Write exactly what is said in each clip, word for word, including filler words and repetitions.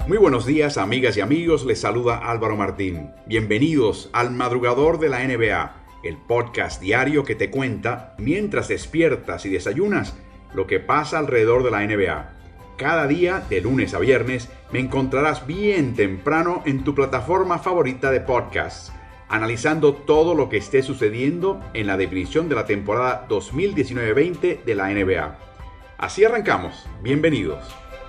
Muy buenos días, amigas y amigos, les saluda Álvaro Martín. Bienvenidos al Madrugador de la N B A, el podcast diario que te cuenta, mientras despiertas y desayunas, lo que pasa alrededor de la N B A. Cada día, de lunes a viernes, me encontrarás bien temprano en tu plataforma favorita de podcasts, analizando todo lo que esté sucediendo en la definición de la temporada dos mil diecinueve veinte de la N B A. Así arrancamos. Bienvenidos.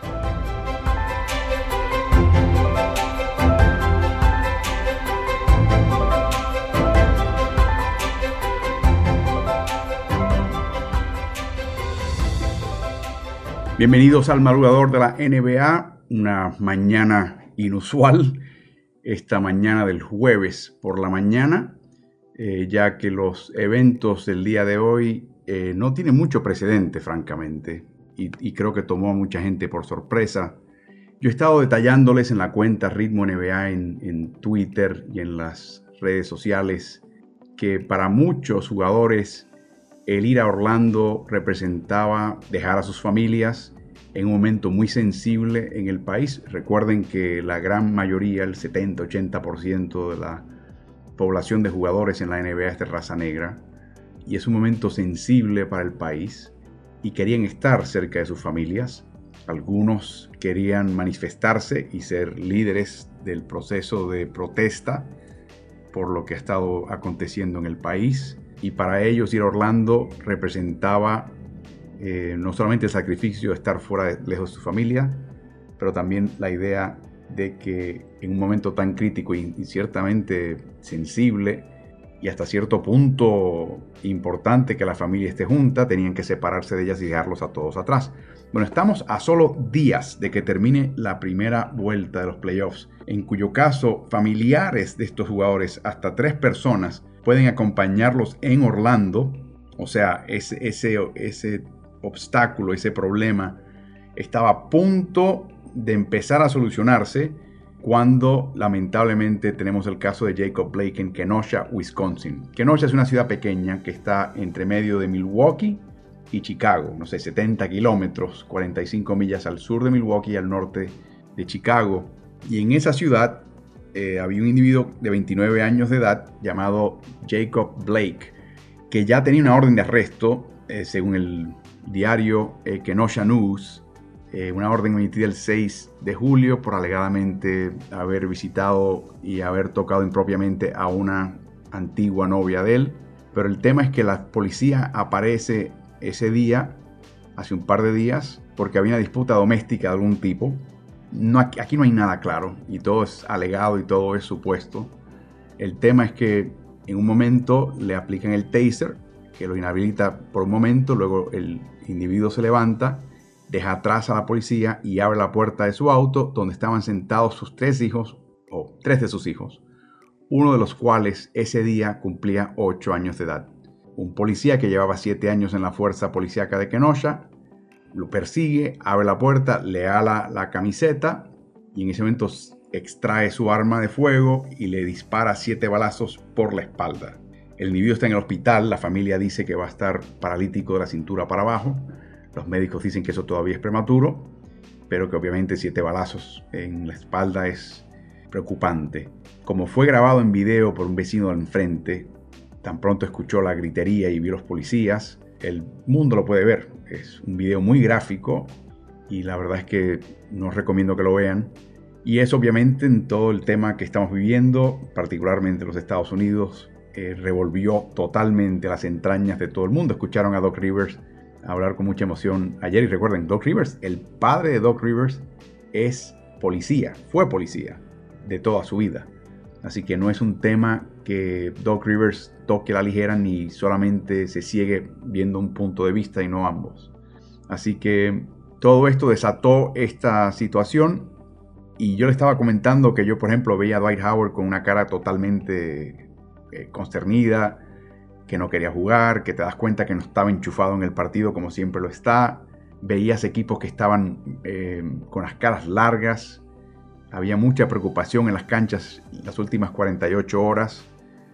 Bienvenidos al madrugador de la N B A, una mañana inusual, esta mañana del jueves por la mañana, eh, ya que los eventos del día de hoy eh, no tienen mucho precedente, francamente, y, y creo que tomó a mucha gente por sorpresa. Yo he estado detallándoles en la cuenta Ritmo N B A en, en Twitter y en las redes sociales que para muchos jugadores el ir a Orlando representaba dejar a sus familias en un momento muy sensible en el país. Recuerden que la gran mayoría, el setenta a ochenta por ciento de la población de jugadores en la N B A es de raza negra, y es un momento sensible para el país y querían estar cerca de sus familias. Algunos querían manifestarse y ser líderes del proceso de protesta por lo que ha estado aconteciendo en el país. Y para ellos ir a Orlando representaba eh, no solamente el sacrificio de estar fuera, de, lejos de su familia, pero también la idea de que en un momento tan crítico y, y ciertamente sensible y hasta cierto punto importante que la familia esté junta, tenían que separarse de ellas y dejarlos a todos atrás. Bueno, estamos a solo días de que termine la primera vuelta de los playoffs, en cuyo caso familiares de estos jugadores, hasta tres personas, pueden acompañarlos en Orlando. O sea, ese, ese, ese obstáculo, ese problema estaba a punto de empezar a solucionarse cuando lamentablemente tenemos el caso de Jacob Blake en Kenosha, Wisconsin. Kenosha es una ciudad pequeña que está entre medio de Milwaukee y Chicago, no sé, setenta kilómetros, cuarenta y cinco millas al sur de Milwaukee y al norte de Chicago. Y en esa ciudad Eh, había un individuo de veintinueve años de edad llamado Jacob Blake, que ya tenía una orden de arresto, eh, según el diario eh, Kenosha News, eh, una orden emitida el seis de julio por alegadamente haber visitado y haber tocado impropiamente a una antigua novia de él. Pero el tema es que la policía aparece ese día, hace un par de días, porque había una disputa doméstica de algún tipo. No, aquí, aquí no hay nada claro y todo es alegado y todo es supuesto. El tema es que en un momento le aplican el taser, que lo inhabilita por un momento. Luego el individuo se levanta, deja atrás a la policía y abre la puerta de su auto, donde estaban sentados sus tres hijos, o tres de sus hijos, uno de los cuales ese día cumplía ocho años de edad. Un policía que llevaba siete años en la fuerza policíaca de Kenosha lo persigue, abre la puerta, le ala la camiseta y en ese momento extrae su arma de fuego y le dispara siete balazos por la espalda. El individuo está en el hospital, la familia dice que va a estar paralítico de la cintura para abajo. Los médicos dicen que eso todavía es prematuro, pero que obviamente siete balazos en la espalda es preocupante. Como fue grabado en video por un vecino del enfrente, tan pronto escuchó la gritería y vio los policías, el mundo lo puede ver. Es un video muy gráfico y la verdad es que no os recomiendo que lo vean. Y es obviamente en todo el tema que estamos viviendo, particularmente en los Estados Unidos, eh, revolvió totalmente las entrañas de todo el mundo. Escucharon a Doc Rivers hablar con mucha emoción ayer y recuerden, Doc Rivers, el padre de Doc Rivers, es policía, fue policía de toda su vida. Así que no es un tema que Doc Rivers toque a la ligera ni solamente se ciegue viendo un punto de vista y no ambos. Así que todo esto desató esta situación y yo le estaba comentando que yo, por ejemplo, veía a Dwight Howard con una cara totalmente eh, consternida, que no quería jugar, que te das cuenta que no estaba enchufado en el partido como siempre lo está. Veías equipos que estaban eh, con las caras largas. Había mucha preocupación en las canchas las últimas cuarenta y ocho horas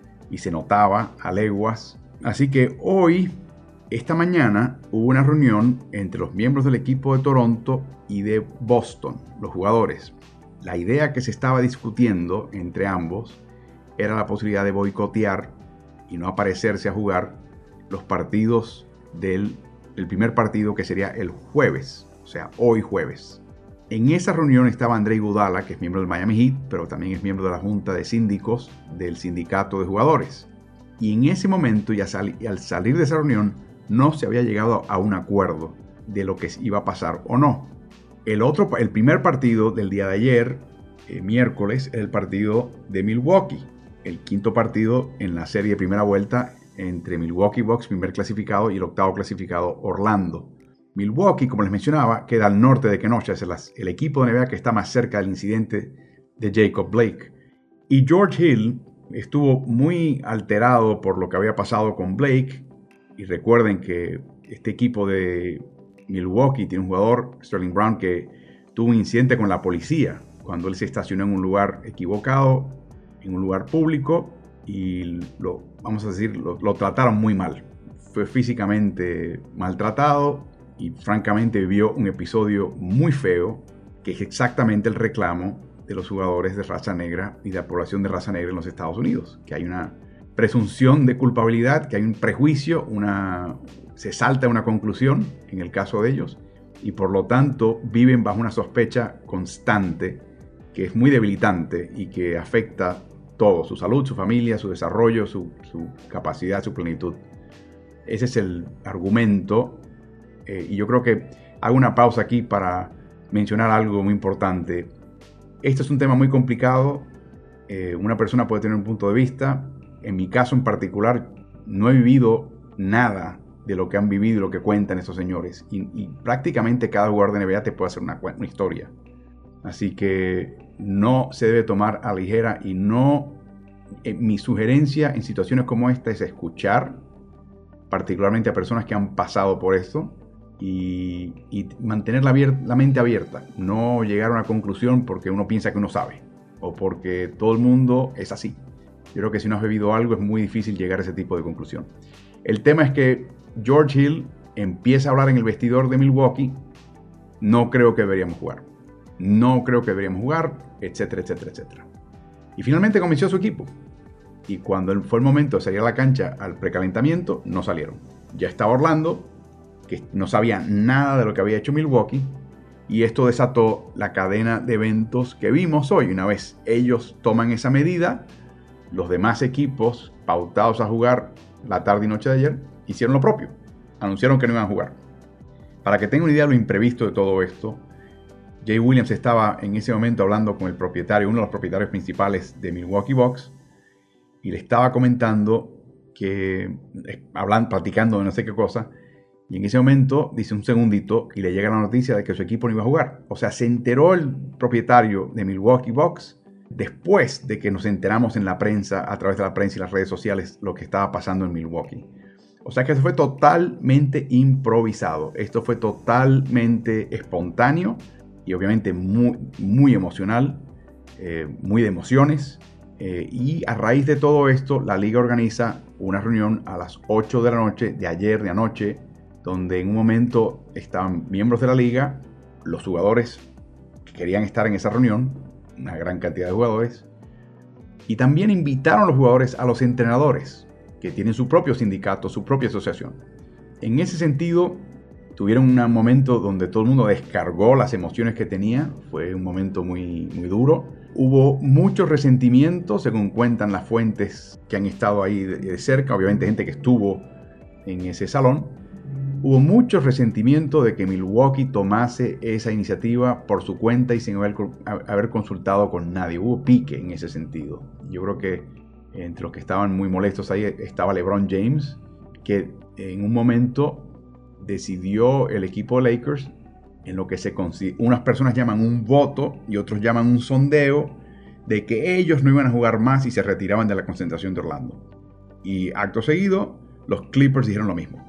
y se notaba a leguas. Así que hoy, esta mañana, hubo una reunión entre los miembros del equipo de Toronto y de Boston, los jugadores. La idea que se estaba discutiendo entre ambos era la posibilidad de boicotear y no aparecerse a jugar los partidos del el primer partido, que sería el jueves, o sea, hoy jueves. En esa reunión estaba Andre Iguodala, que es miembro del Miami Heat, pero también es miembro de la Junta de Síndicos del Sindicato de Jugadores. Y en ese momento, y al salir de esa reunión, no se había llegado a un acuerdo de lo que iba a pasar o no. El, otro, el primer partido del día de ayer, eh, miércoles, es el partido de Milwaukee, el quinto partido en la serie de primera vuelta entre Milwaukee Bucks, primer clasificado, y el octavo clasificado, Orlando. Milwaukee, como les mencionaba, queda al norte de Kenosha, es el, el equipo de N B A que está más cerca del incidente de Jacob Blake. Y George Hill estuvo muy alterado por lo que había pasado con Blake. Y recuerden que este equipo de Milwaukee tiene un jugador, Sterling Brown, que tuvo un incidente con la policía cuando él se estacionó en un lugar equivocado, en un lugar público, y lo, vamos a decir, lo, lo trataron muy mal. Fue físicamente maltratado y francamente vivió un episodio muy feo, que es exactamente el reclamo de los jugadores de raza negra y de la población de raza negra en los Estados Unidos, que hay una presunción de culpabilidad, que hay un prejuicio, una, se salta una conclusión en el caso de ellos, y por lo tanto viven bajo una sospecha constante que es muy debilitante y que afecta todo, su salud, su familia, su desarrollo, su, su capacidad, su plenitud. Ese es el argumento, eh, y yo creo que hago una pausa aquí para mencionar algo muy importante. Esto es un tema muy complicado, eh, una persona puede tener un punto de vista. En mi caso en particular, no he vivido nada de lo que han vivido y lo que cuentan estos señores, y, y prácticamente cada jugador de N B A te puede hacer una, una historia. Así que no se debe tomar a la ligera, y no, eh, mi sugerencia en situaciones como esta es escuchar, particularmente a personas que han pasado por esto, y, y mantener la, la mente abierta, no llegar a una conclusión porque uno piensa que uno sabe, o porque todo el mundo es así. Yo creo que si no has bebido algo es muy difícil llegar a ese tipo de conclusión. El tema es que George Hill empieza a hablar en el vestidor de Milwaukee: no creo que deberíamos jugar, no creo que deberíamos jugar, etcétera, etcétera, etcétera. Y finalmente convenció a su equipo. Y cuando fue el momento de salir a la cancha al precalentamiento, no salieron. Ya estaba Orlando, que no sabía nada de lo que había hecho Milwaukee, y esto desató la cadena de eventos que vimos hoy. Una vez ellos toman esa medida, los demás equipos pautados a jugar la tarde y noche de ayer hicieron lo propio. Anunciaron que no iban a jugar. Para que tengan una idea de lo imprevisto de todo esto, Jay Williams estaba en ese momento hablando con el propietario, uno de los propietarios principales de Milwaukee Bucks, y le estaba comentando que, hablando, platicando de no sé qué cosa, y en ese momento dice un segundito y le llega la noticia de que su equipo no iba a jugar. O sea, se enteró el propietario de Milwaukee Bucks después de que nos enteramos en la prensa, a través de la prensa y las redes sociales, lo que estaba pasando en Milwaukee. O sea que eso fue totalmente improvisado. Esto fue totalmente espontáneo y obviamente muy, muy emocional, eh, muy de emociones. Eh, y a raíz de todo esto, la liga organiza una reunión a las ocho de la noche de ayer, de anoche, donde en un momento estaban miembros de la liga, los jugadores que querían estar en esa reunión, una gran cantidad de jugadores, y también invitaron a los jugadores a los entrenadores, que tienen su propio sindicato, su propia asociación. En ese sentido, tuvieron un momento donde todo el mundo descargó las emociones que tenía. Fue un momento muy, muy duro. Hubo mucho resentimiento, según cuentan las fuentes que han estado ahí de, de cerca, obviamente gente que estuvo en ese salón. Hubo mucho resentimiento de que Milwaukee tomase esa iniciativa por su cuenta y sin haber, haber consultado con nadie. Hubo pique en ese sentido. Yo creo que entre los que estaban muy molestos ahí estaba LeBron James, que en un momento decidió el equipo de Lakers en lo que se unas personas llaman un voto y otros llaman un sondeo de que ellos no iban a jugar más y se retiraban de la concentración de Orlando. Y acto seguido, los Clippers dijeron lo mismo.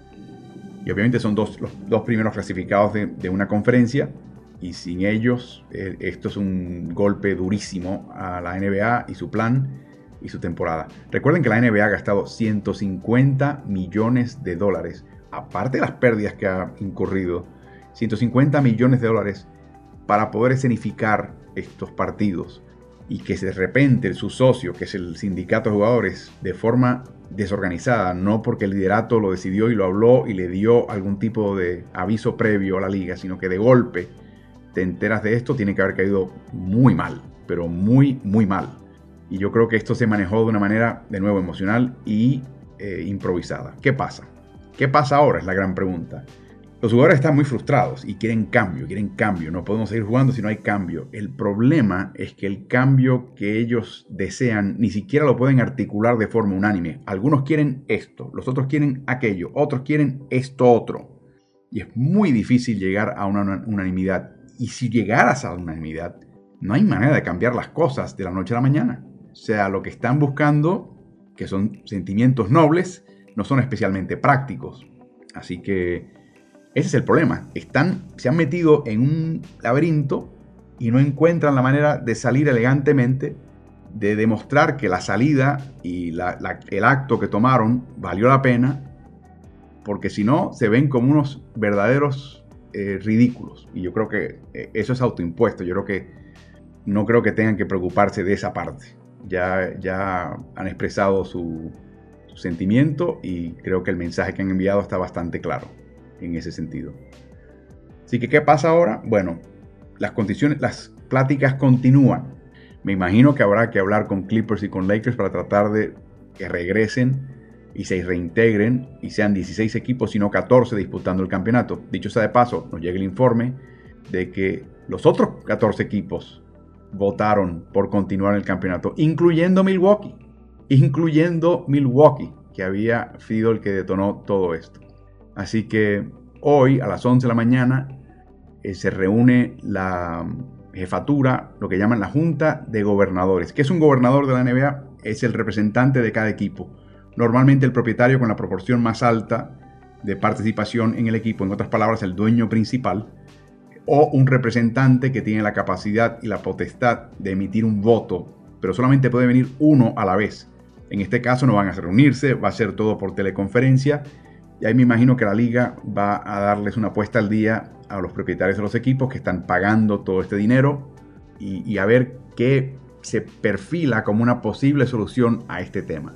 Y obviamente son dos, los dos primeros clasificados de, de una conferencia, y sin ellos eh, esto es un golpe durísimo a la N B A y su plan y su temporada. Recuerden que la N B A ha gastado ciento cincuenta millones de dólares, aparte de las pérdidas que ha incurrido, ciento cincuenta millones de dólares para poder escenificar estos partidos y que de repente su socio, que es el sindicato de jugadores, de forma desorganizada, no porque el liderato lo decidió y lo habló y le dio algún tipo de aviso previo a la liga, sino que de golpe te enteras de esto, tiene que haber caído muy mal, pero muy, muy mal. Y yo creo que esto se manejó de una manera, de nuevo, emocional y eh, improvisada. ¿Qué pasa? ¿Qué pasa ahora? Es la gran pregunta. Los jugadores están muy frustrados y quieren cambio, quieren cambio. No podemos seguir jugando si no hay cambio. El problema es que el cambio que ellos desean ni siquiera lo pueden articular de forma unánime. Algunos quieren esto, los otros quieren aquello, otros quieren esto otro. Y es muy difícil llegar a una unanimidad. Y si llegaras a la unanimidad, no hay manera de cambiar las cosas de la noche a la mañana. O sea, lo que están buscando, que son sentimientos nobles, no son especialmente prácticos. Así que ese es el problema. Están, se han metido en un laberinto y no encuentran la manera de salir elegantemente, de demostrar que la salida y la, la, el acto que tomaron valió la pena, porque si no, se ven como unos verdaderos eh, ridículos. Y yo creo que eh, eso es autoimpuesto. Yo creo que no creo que tengan que preocuparse de esa parte. Ya, ya han expresado su, su sentimiento y creo que el mensaje que han enviado está bastante claro en ese sentido. Así que, ¿qué pasa ahora? Bueno, las condiciones, las pláticas continúan. Me imagino que habrá que hablar con Clippers y con Lakers para tratar de que regresen y se reintegren y sean dieciséis equipos y no catorce disputando el campeonato. Dicho sea de paso, nos llega el informe de que los otros catorce equipos votaron por continuar el campeonato, incluyendo Milwaukee, incluyendo Milwaukee, que había sido el que detonó todo esto. Así que hoy a las once de la mañana eh, se reúne la jefatura, lo que llaman la Junta de Gobernadores. ¿Qué es un gobernador de la N B A? Es el representante de cada equipo. Normalmente el propietario con la proporción más alta de participación en el equipo, en otras palabras, el dueño principal, o un representante que tiene la capacidad y la potestad de emitir un voto, pero solamente puede venir uno a la vez. En este caso no van a reunirse, va a ser todo por teleconferencia, y ahí me imagino que la liga va a darles una puesta al día a los propietarios de los equipos que están pagando todo este dinero y, y a ver qué se perfila como una posible solución a este tema.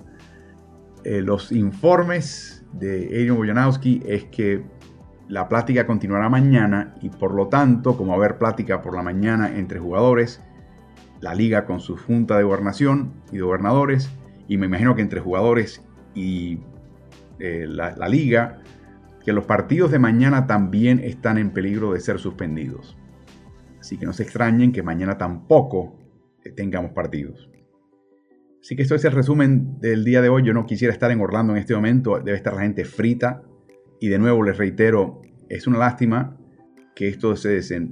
Eh, los informes de Adrian Wojnarowski es que la plática continuará mañana y por lo tanto, como va a haber plática por la mañana entre jugadores, la liga con su junta de gobernación y de gobernadores, y me imagino que entre jugadores y eh, la, la liga, que los partidos de mañana también están en peligro de ser suspendidos. Así que no se extrañen que mañana tampoco tengamos partidos. Así que esto es el resumen del día de hoy. Yo no quisiera estar en Orlando en este momento, debe estar la gente frita. Y de nuevo les reitero, es una lástima que esto se, se,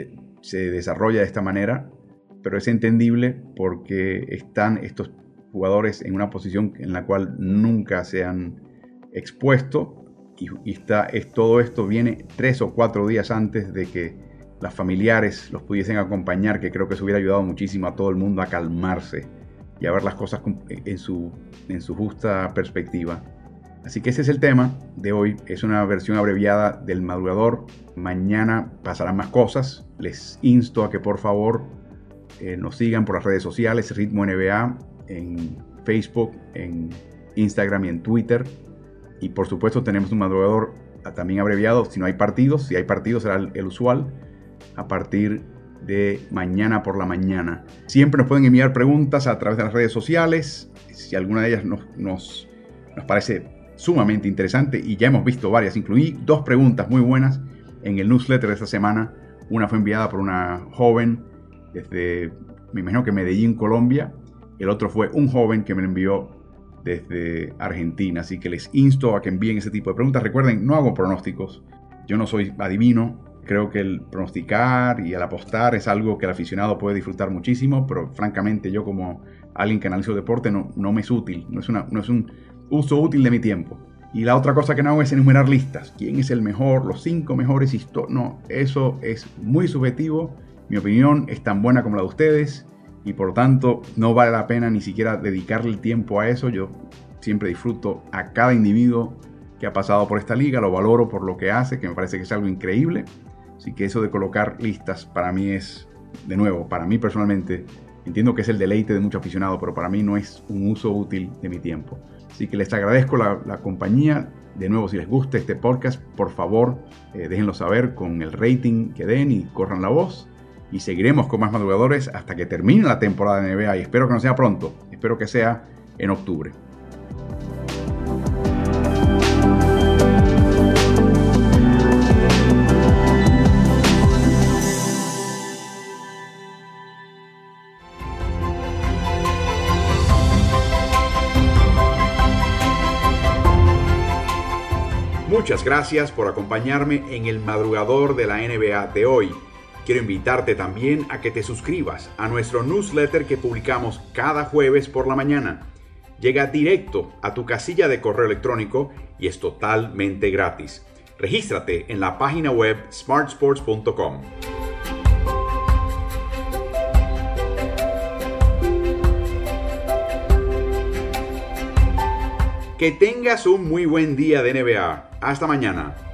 se desarrolla de esta manera, pero es entendible porque están estos jugadores en una posición en la cual nunca se han expuesto y, y está, es, todo esto viene tres o cuatro días antes de que los familiares los pudiesen acompañar, que creo que se hubiera ayudado muchísimo a todo el mundo a calmarse y a ver las cosas en su, en su justa perspectiva. Así que ese es el tema de hoy. Es una versión abreviada del madrugador. Mañana pasarán más cosas. Les insto a que por favor eh, nos sigan por las redes sociales, Ritmo N B A, en Facebook, en Instagram y en Twitter. Y por supuesto tenemos un madrugador también abreviado si no hay partidos. Si hay partidos será el, el usual a partir de mañana por la mañana. Siempre nos pueden enviar preguntas a través de las redes sociales. Si alguna de ellas nos, nos, nos parece sumamente interesante y ya hemos visto varias. Incluí dos preguntas muy buenas en el newsletter de esta semana. Una fue enviada por una joven desde, me imagino que Medellín, Colombia. El otro fue un joven que me lo envió desde Argentina. Así que les insto a que envíen ese tipo de preguntas. Recuerden, no hago pronósticos. Yo no soy adivino. Creo que el pronosticar y el apostar es algo que el aficionado puede disfrutar muchísimo, pero francamente yo como alguien que analiza el deporte no, no me es útil. No es, una, no es un uso útil de mi tiempo. Y la otra cosa que no hago es enumerar listas. ¿Quién es el mejor? Los cinco mejores históricos. No, eso es muy subjetivo. Mi opinión es tan buena como la de ustedes. Y por tanto, no vale la pena ni siquiera dedicarle el tiempo a eso. Yo siempre disfruto a cada individuo que ha pasado por esta liga. Lo valoro por lo que hace, que me parece que es algo increíble. Así que eso de colocar listas para mí es de nuevo, para mí personalmente, entiendo que es el deleite de muchos aficionados, pero para mí no es un uso útil de mi tiempo. Así que les agradezco la, la compañía. De nuevo, si les gusta este podcast, por favor, eh, déjenlo saber con el rating que den y corran la voz. Y seguiremos con más madrugadores hasta que termine la temporada de N B A. Y espero que no sea pronto, espero que sea en octubre. Muchas gracias por acompañarme en el madrugador de la N B A de hoy. Quiero invitarte también a que te suscribas a nuestro newsletter que publicamos cada jueves por la mañana. Llega directo a tu casilla de correo electrónico y es totalmente gratis. Regístrate en la página web smart sports punto com. Que tengas un muy buen día de N B A. Hasta mañana.